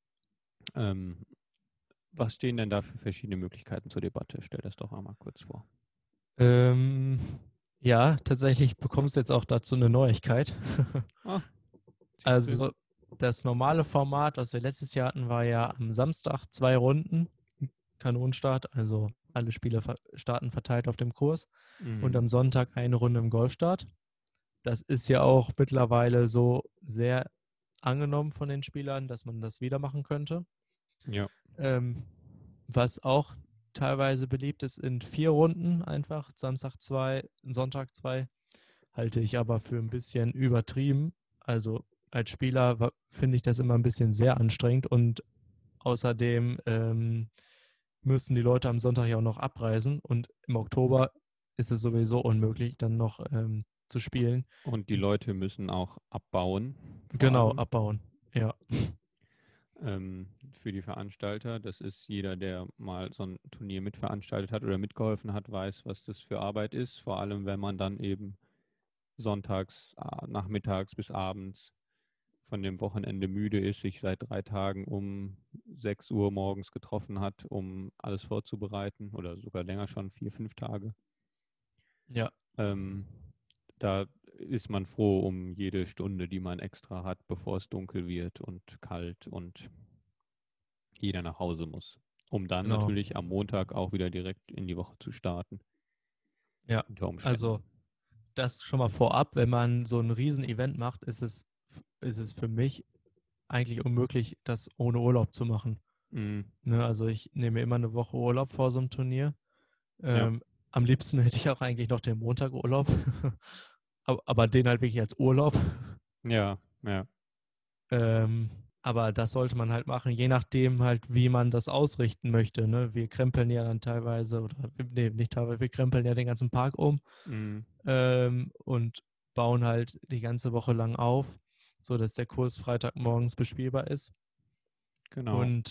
Ähm, was stehen denn da für verschiedene Möglichkeiten zur Debatte? Stell das doch einmal kurz vor. Ähm, ja, tatsächlich bekommst du jetzt auch dazu eine Neuigkeit. Ah, also das normale Format, was wir letztes Jahr hatten, war ja am Samstag zwei Runden, Kanonenstart, also alle Spiele starten verteilt auf dem Kurs mhm. und am Sonntag eine Runde im Golfstart. Das ist ja auch mittlerweile so sehr angenommen von den Spielern, dass man das wieder machen könnte. Ja. Ähm, was auch teilweise beliebt ist in vier Runden einfach, Samstag zwei, Sonntag zwei, halte ich aber für ein bisschen übertrieben. Also als Spieler finde ich das immer ein bisschen sehr anstrengend und außerdem ähm, müssen die Leute am Sonntag ja auch noch abreisen und im Oktober ist es sowieso unmöglich, dann noch ähm, zu spielen. Und die Leute müssen auch abbauen. Genau, allem. abbauen, ja. Ähm, für die Veranstalter, das ist jeder, der mal so ein Turnier mitveranstaltet hat oder mitgeholfen hat, weiß, was das für Arbeit ist. Vor allem, wenn man dann eben sonntags, nachmittags bis abends von dem Wochenende müde ist, sich seit drei Tagen um sechs Uhr morgens getroffen hat, um alles vorzubereiten oder sogar länger schon, vier, fünf Tage. Ja. Ähm, da ist man froh um jede Stunde, die man extra hat, bevor es dunkel wird und kalt und jeder nach Hause muss. Um dann Genau. natürlich am Montag auch wieder direkt in die Woche zu starten. Ja, also das schon mal vorab, wenn man so ein Riesen-Event macht, ist es, ist es für mich eigentlich unmöglich, das ohne Urlaub zu machen. Mhm. Ne, also ich nehme immer eine Woche Urlaub vor so einem Turnier. Ähm, Ja. Am liebsten hätte ich auch eigentlich noch den Montag Urlaub, aber, aber den halt wirklich als Urlaub. Ja, ja. Ähm, aber das sollte man halt machen, je nachdem halt, wie man das ausrichten möchte. Ne? Wir krempeln ja dann teilweise, oder nee, nicht teilweise, wir krempeln ja den ganzen Park um Mhm. ähm, und bauen halt die ganze Woche lang auf, sodass der Kurs Freitagmorgens bespielbar ist. Genau. Und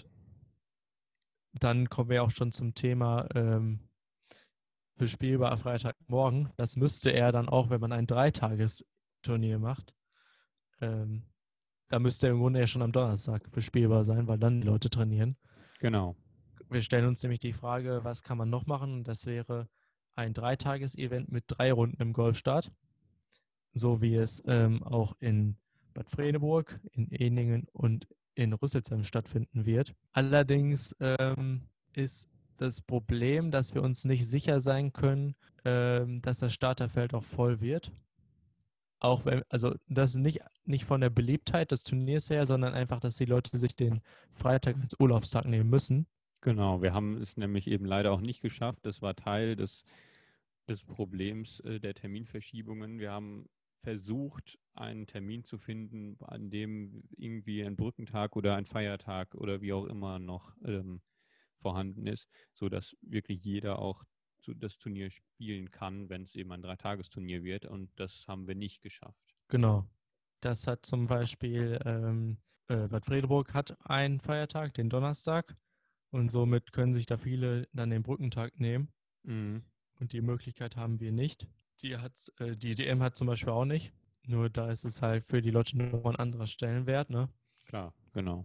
dann kommen wir auch schon zum Thema ähm, bespielbar Freitagmorgen. Das müsste er dann auch, wenn man ein Dreitages Turnier macht. Ähm, da müsste er im Grunde ja schon am Donnerstag bespielbar sein, weil dann die Leute trainieren. Genau. Wir stellen uns nämlich die Frage, was kann man noch machen? Und das wäre ein Dreitages-Event mit drei Runden im Golfstart, so wie es ähm, auch in Bad Fredeburg, in Ehningen und in Rüsselsheim stattfinden wird. Allerdings ähm, ist das Problem, dass wir uns nicht sicher sein können, ähm, dass das Starterfeld auch voll wird. Auch wenn, also das ist nicht, nicht von der Beliebtheit des Turniers her, sondern einfach, dass die Leute sich den Freitag als Urlaubstag nehmen müssen. Genau, wir haben es nämlich eben leider auch nicht geschafft. Das war Teil des, des Problems äh, der Terminverschiebungen. Wir haben versucht, einen Termin zu finden, an dem irgendwie ein Brückentag oder ein Feiertag oder wie auch immer noch ähm, vorhanden ist, sodass wirklich jeder auch zu, das Turnier spielen kann, wenn es eben ein Dreitagesturnier wird. Und das haben wir nicht geschafft. Genau. Das hat zum Beispiel ähm, äh, Bad Fredeburg hat einen Feiertag, den Donnerstag. Und somit können sich da viele dann den Brückentag nehmen. Mhm. Und die Möglichkeit haben wir nicht. Die, hat, äh, die D M hat zum Beispiel auch nicht. Nur da ist es halt für die Leute noch ein anderer Stellenwert. Ne? Klar, genau.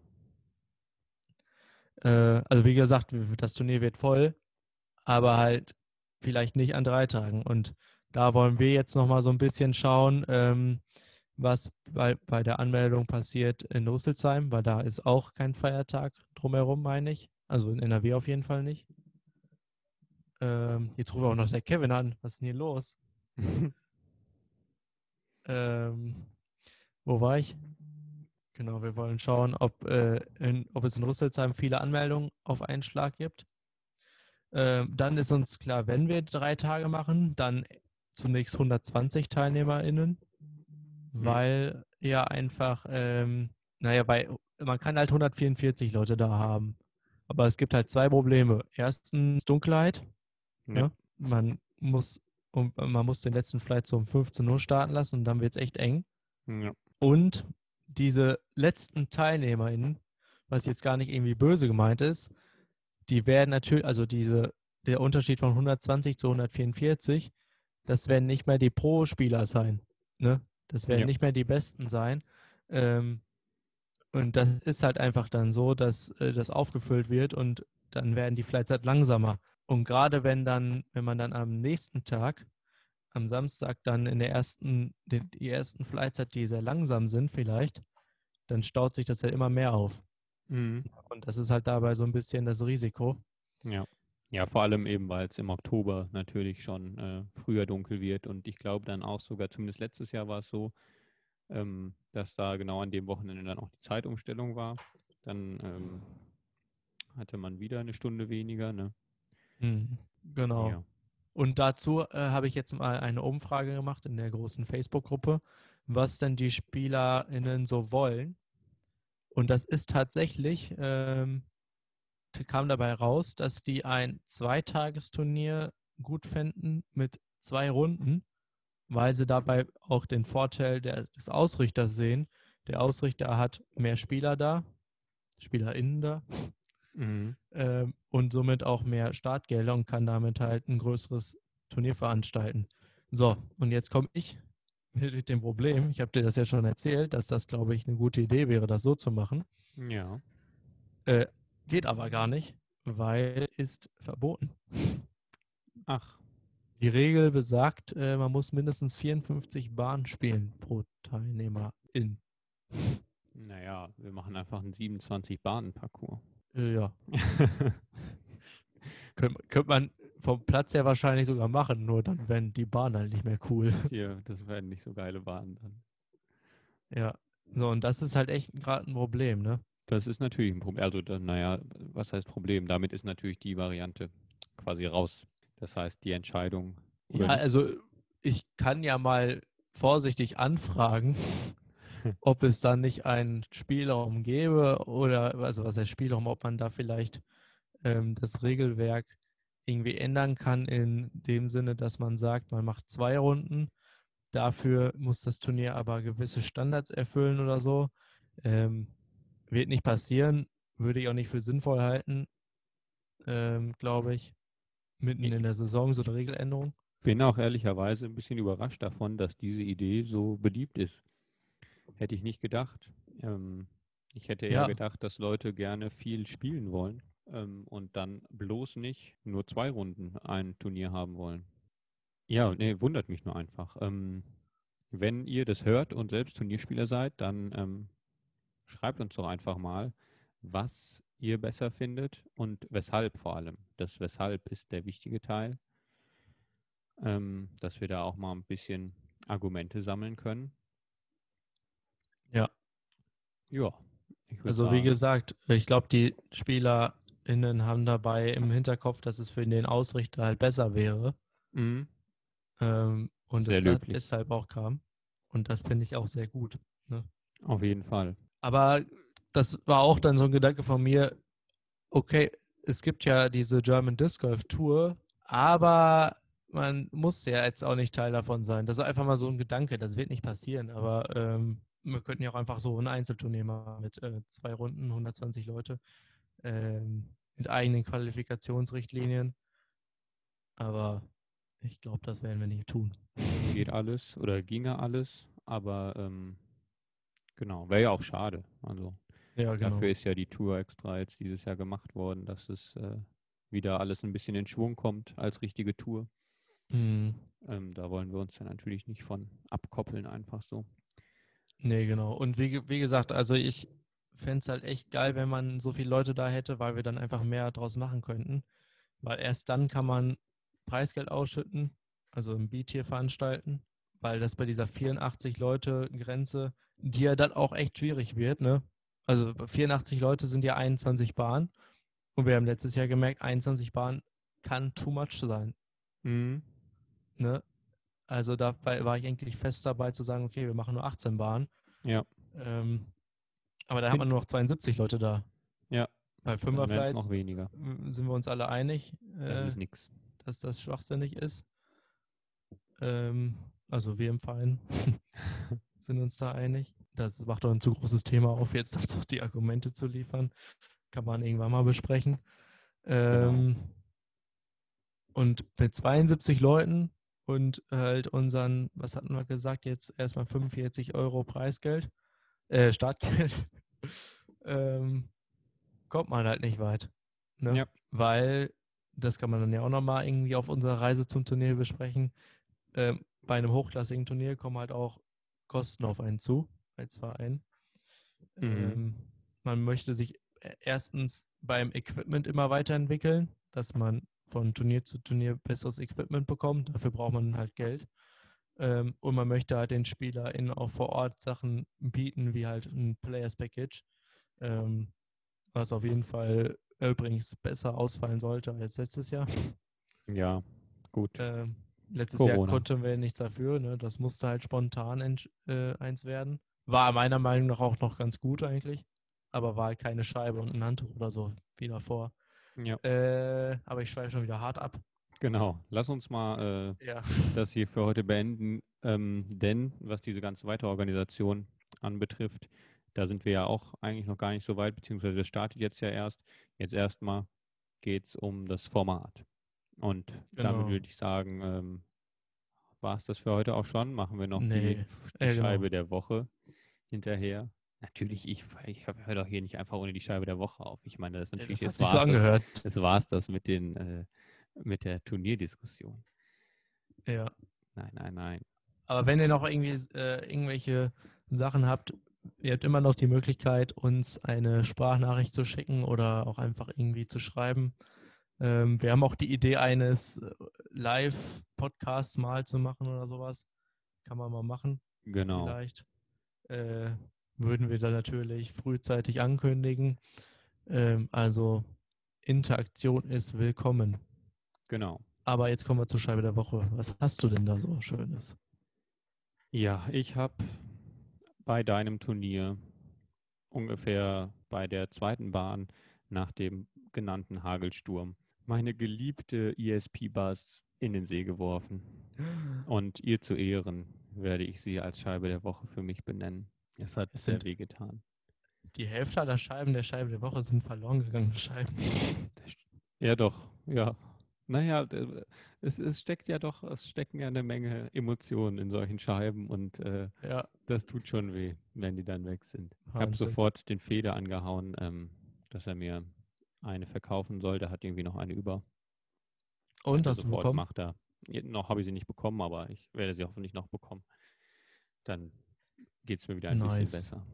Äh, also wie gesagt, das Turnier wird voll, aber halt vielleicht nicht an drei Tagen. Und da wollen wir jetzt nochmal so ein bisschen schauen, ähm, was bei, bei der Anmeldung passiert in Rüsselsheim, weil da ist auch kein Feiertag drumherum, meine ich. Also in N R W auf jeden Fall nicht. Ähm, jetzt ruft auch noch der Kevin an. Was ist denn hier los? ähm, wo war ich? Genau, wir wollen schauen, ob, äh, in, ob es in Rüsselsheim viele Anmeldungen auf einen Schlag gibt. Ähm, dann ist uns klar, wenn wir drei Tage machen, dann zunächst hundertzwanzig TeilnehmerInnen, weil ja einfach, ähm, naja, weil man kann halt hundertvierundvierzig Leute da haben. Aber es gibt halt zwei Probleme. Erstens Dunkelheit. Ja. Ne? Man muss, um, man muss den letzten Flight so um fünfzehn Uhr starten lassen und dann wird es echt eng. Ja. Und diese letzten TeilnehmerInnen, was jetzt gar nicht irgendwie böse gemeint ist, die werden natürlich, also diese, der Unterschied von hundertzwanzig zu hundertvierundvierzig, das werden nicht mehr die Pro-Spieler sein. Ne? Das werden Ja. nicht mehr die Besten sein. Ähm, und das ist halt einfach dann so, dass äh, das aufgefüllt wird und dann werden die Flights halt langsamer. Und gerade wenn dann, wenn man dann am nächsten Tag, am Samstag dann in der ersten, die, die ersten Flights hat, die sehr langsam sind vielleicht, dann staut sich das ja immer mehr auf. Mhm. Und das ist halt dabei so ein bisschen das Risiko. Ja. Ja, vor allem eben, weil es im Oktober natürlich schon äh, früher dunkel wird und ich glaube dann auch sogar, zumindest letztes Jahr war es so, ähm, dass da genau an dem Wochenende dann auch die Zeitumstellung war. Dann ähm, hatte man wieder eine Stunde weniger, ne? Mhm. Genau. Ja. Und dazu äh, habe ich jetzt mal eine Umfrage gemacht in der großen Facebook-Gruppe, was denn die SpielerInnen so wollen. Und das ist tatsächlich, ähm, kam dabei raus, dass die ein Zweitagesturnier gut fänden mit zwei Runden, weil sie dabei auch den Vorteil der, des Ausrichters sehen. Der Ausrichter hat mehr Spieler da, SpielerInnen da, Mhm. ähm, und somit auch mehr Startgelder und kann damit halt ein größeres Turnier veranstalten. So, und jetzt komme ich mit dem Problem, ich habe dir das ja schon erzählt, dass das, glaube ich, eine gute Idee wäre, das so zu machen. Ja. Äh, geht aber gar nicht, weil ist verboten. Ach. Die Regel besagt, äh, man muss mindestens vierundfünfzig Bahnen spielen pro Teilnehmerin. Naja, wir machen einfach einen siebenundzwanzig-Bahnen-Parcours. Äh, ja. Könnte könnt man vom Platz her wahrscheinlich sogar machen, nur dann wären die Bahnen halt nicht mehr cool. Hier, das werden nicht so geile Bahnen dann. Ja. So, und das ist halt echt gerade ein Problem, ne? Das ist natürlich ein Problem. Also, dann, naja, was heißt Problem? Damit ist natürlich die Variante quasi raus. Das heißt, die Entscheidung oder Ja, nicht. also ich kann ja mal vorsichtig anfragen, ob es dann nicht einen Spielraum gäbe oder, also was heißt Spielraum, ob man da vielleicht ähm, das Regelwerk irgendwie ändern kann in dem Sinne, dass man sagt, man macht zwei Runden, dafür muss das Turnier aber gewisse Standards erfüllen oder so. Ähm, wird nicht passieren, würde ich auch nicht für sinnvoll halten, ähm, glaube ich, mitten Ich, in der Saison so ich eine Regeländerung. Bin auch ehrlicherweise ein bisschen überrascht davon, dass diese Idee so beliebt ist. Hätte ich nicht gedacht. Ähm, ich hätte eher Ja, gedacht, dass Leute gerne viel spielen wollen ähm, und dann bloß nicht nur zwei Runden ein Turnier haben wollen. Ja, nee, wundert mich nur einfach. Ähm, wenn ihr das hört und selbst Turnierspieler seid, dann ähm, schreibt uns doch einfach mal, was ihr besser findet und weshalb vor allem. Das Weshalb ist der wichtige Teil, ähm, dass wir da auch mal ein bisschen Argumente sammeln können. ja. Ja, ich würde Also wie sagen, gesagt, ich glaube, die SpielerInnen haben dabei im Hinterkopf, dass es für den Ausrichter halt besser wäre. mh, Ähm, und sehr es da löblich. deshalb auch kam. Und das finde ich auch sehr gut. Ne? Auf jeden Fall. Aber das war auch dann so ein Gedanke von mir, okay, es gibt ja diese German Disc Golf Tour, aber man muss ja jetzt auch nicht Teil davon sein. Das ist einfach mal so ein Gedanke, das wird nicht passieren, aber ähm, wir könnten ja auch einfach so ein Einzelturnier machen mit äh, zwei Runden, hundertzwanzig Leute, ähm, mit eigenen Qualifikationsrichtlinien. Aber ich glaube, das werden wir nicht tun. Geht alles oder ginge alles, aber ähm, genau, wäre ja auch schade. Also Ja, dafür genau. ist ja die Tour extra jetzt dieses Jahr gemacht worden, dass es äh, wieder alles ein bisschen in Schwung kommt als richtige Tour. Mhm. Ähm, da wollen wir uns dann natürlich nicht von abkoppeln, einfach so. Nee, genau. Und wie, ge- wie gesagt, also ich fände es halt echt geil, wenn man so viele Leute da hätte, weil wir dann einfach mehr draus machen könnten. Weil erst dann kann man Preisgeld ausschütten, also im B-Tier veranstalten, weil das bei dieser vierundachtzig-Leute-Grenze, die ja dann auch echt schwierig wird, ne? Also vierundachtzig Leute sind ja einundzwanzig Bahnen und wir haben letztes Jahr gemerkt, einundzwanzig Bahnen kann too much sein, Mhm. ne? Also dabei war ich eigentlich fest dabei zu sagen, okay, wir machen nur achtzehn Bahnen. Ja. Ähm, aber da hat Hin man nur noch zweiundsiebzig Leute da. ja, Bei dann wären es noch Fünferflights weniger. äh, sind wir uns alle einig, Das äh, ist nix. dass das schwachsinnig ist. Ähm, also wir im Verein sind uns da einig. Das macht doch ein zu großes Thema auf, jetzt noch die Argumente zu liefern. Kann man irgendwann mal besprechen. Genau. Ähm, und mit zweiundsiebzig Leuten und halt unseren, was hatten wir gesagt, jetzt erstmal fünfundvierzig Euro Preisgeld, äh, Startgeld, ähm, kommt man halt nicht weit. Ne? Ja. Weil, das kann man dann ja auch nochmal irgendwie auf unserer Reise zum Turnier besprechen, ähm, bei einem hochklassigen Turnier kommen halt auch Kosten auf einen zu, als Verein. Mhm. Ähm, man möchte sich e- erstens beim Equipment immer weiterentwickeln, dass man von Turnier zu Turnier besseres Equipment bekommt. Dafür braucht man halt Geld. Ähm, und man möchte halt den SpielerInnen auch vor Ort Sachen bieten, wie halt ein Players Package, ähm, was auf jeden Fall übrigens besser ausfallen sollte als letztes Jahr. Ja, gut. Ähm, letztes Jahr Corona. konnten wir nichts dafür, ne? Das musste halt spontan entsch- äh, eins werden. War meiner Meinung nach auch noch ganz gut eigentlich, aber war halt keine Scheibe und ein Handtuch oder so wie davor. Ja, Äh, aber ich schweife schon wieder hart ab. genau. Lass uns mal äh, Ja, das hier für heute beenden. Ähm, denn was diese ganze Weiterorganisation anbetrifft, da sind wir ja auch eigentlich noch gar nicht so weit, beziehungsweise das startet jetzt ja erst. Jetzt erstmal geht es um das Format. Und damit genau. würde ich sagen, ähm, war es das für heute auch schon. Machen wir noch die, Nee, die äh, genau. Scheibe der Woche hinterher. Natürlich, ich, ich höre doch hier nicht einfach ohne die Scheibe der Woche auf. Ich meine, das ist Ja, natürlich, das hat es sich so war es das, angehört. es war es das mit den, äh, mit der Turnierdiskussion. Ja. Nein, nein, nein. Aber wenn ihr noch irgendwie äh, irgendwelche Sachen habt, ihr habt immer noch die Möglichkeit, uns eine Sprachnachricht zu schicken oder auch einfach irgendwie zu schreiben. Ähm, wir haben auch die Idee eines äh, Live-Podcasts mal zu machen oder sowas. Kann man mal machen, Genau, vielleicht. Äh, würden wir dann natürlich frühzeitig ankündigen. Ähm, also Interaktion ist willkommen. genau. Aber jetzt kommen wir zur Scheibe der Woche. Was hast du denn da so Schönes? Ja, ich habe bei deinem Turnier ungefähr bei der zweiten Bahn nach dem genannten Hagelsturm meine geliebte E S P-Bus in den See geworfen. Und ihr zu Ehren werde ich sie als Scheibe der Woche für mich benennen. Es hat Es sehr sind weh getan. die Hälfte aller Scheiben der Scheibe der Woche sind verloren gegangene Scheiben. Ja, doch, ja. Naja, d- es, es steckt ja doch, es stecken ja eine Menge Emotionen in solchen Scheiben und äh, Ja, das tut schon weh, wenn die dann weg sind. Ich habe Wahnsinn. sofort den Feder angehauen, ähm, dass er mir eine verkaufen soll. Der hat irgendwie noch eine über. Und, Meinte hast du sofort, bekommen? macht er. Je- Noch habe ich sie nicht bekommen, aber ich werde sie hoffentlich noch bekommen. Dann geht es mir wieder ein bisschen Nice. besser.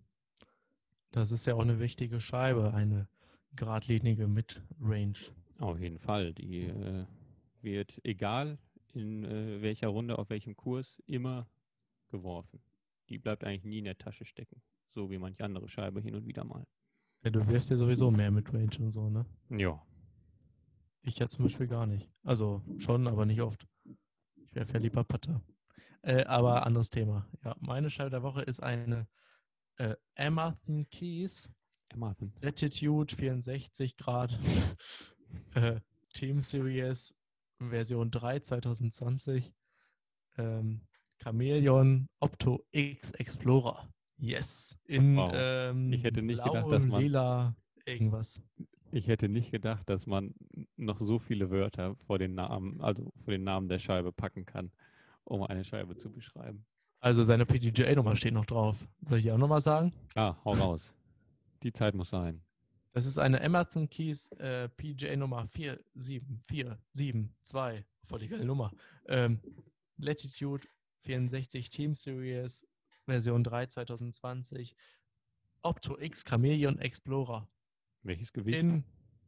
Das ist ja auch eine wichtige Scheibe, eine geradlinige Midrange. Auf jeden Fall. Die äh, wird, egal in äh, welcher Runde, auf welchem Kurs, immer geworfen. Die bleibt eigentlich nie in der Tasche stecken. So wie manche andere Scheibe hin und wieder mal. Ja, du wirfst ja sowieso mehr Midrange und so, ne? Ja. Ich ja zum Beispiel gar nicht. Also schon, aber nicht oft. Ich werfe ja lieber Putter. Äh, aber anderes Thema. Ja, meine Scheibe der Woche ist eine äh, Amathen Keys Martin. Latitude vierundsechzig Grad äh, Team Series Version drei zwanzig zwanzig ähm, Chameleon Opto X Explorer. Yes. In Wow. ähm, Ich hätte nicht blau, gedacht, dass man lila, irgendwas. Ich hätte nicht gedacht, dass man noch so viele Wörter vor den Namen, also vor den Namen der Scheibe packen kann, um eine Scheibe zu beschreiben. Also seine P D G A-Nummer steht noch drauf. Soll ich die auch nochmal sagen? Klar, hau raus. Die Zeit muss sein. Das ist eine Amathen Keys äh, P G A-Nummer vier sieben vier sieben zwei. Voll die geile Nummer. Ähm, Latitude vierundsechzig Team Series Version drei zwanzig zwanzig. Opto X Chameleon Explorer. Welches Gewicht? In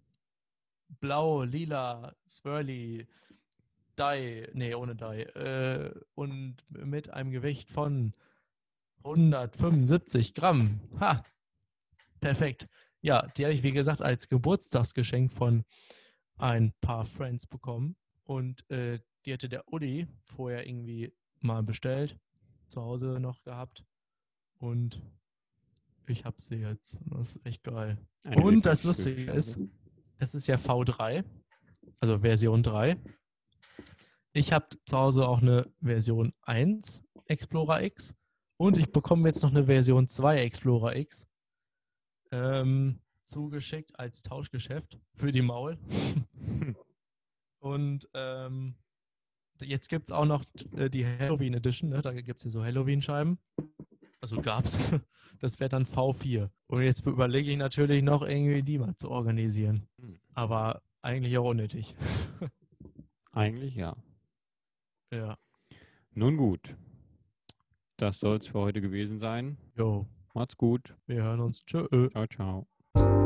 blau, lila, swirly, Dye, nee, ohne Dye. Äh, und mit einem Gewicht von hundertfünfundsiebzig Gramm. Ha! Perfekt. Ja, die habe ich, wie gesagt, als Geburtstagsgeschenk von ein paar Friends bekommen. Und äh, die hatte der Udi vorher irgendwie mal bestellt, zu Hause noch gehabt. Und ich habe sie jetzt. Das ist echt geil. Eine Und wirklich das schöne Lustige Scheibe. ist, das ist ja V drei, also Version drei. Ich habe zu Hause auch eine Version eins Explorer X und ich bekomme jetzt noch eine Version zwei Explorer X ähm, zugeschickt als Tauschgeschäft für die Maul. Und ähm, jetzt gibt es auch noch äh, die Halloween Edition, ne? Da gibt es hier so Halloween-Scheiben. Also gab's. Das wäre dann V vier. Und jetzt überlege ich natürlich noch irgendwie die mal zu organisieren. Hm. Aber eigentlich auch unnötig. Eigentlich ja. Ja. Nun gut. Das soll es für heute gewesen sein. Jo, Macht's gut. wir hören uns. Tschö. Ciao, ciao.